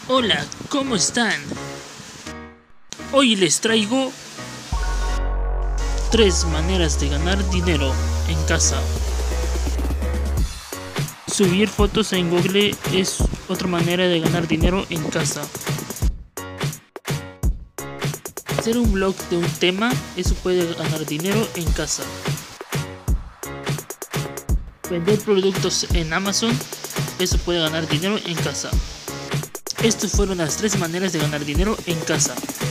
Hola, ¿cómo están? Hoy les traigo 3 maneras de ganar dinero en casa. Subir fotos en Google es otra manera de ganar dinero en casa. Hacer un blog de un tema, eso puede ganar dinero en casa. Vender productos en Amazon, eso puede ganar dinero en casa. Estas fueron las 3 maneras de ganar dinero en casa.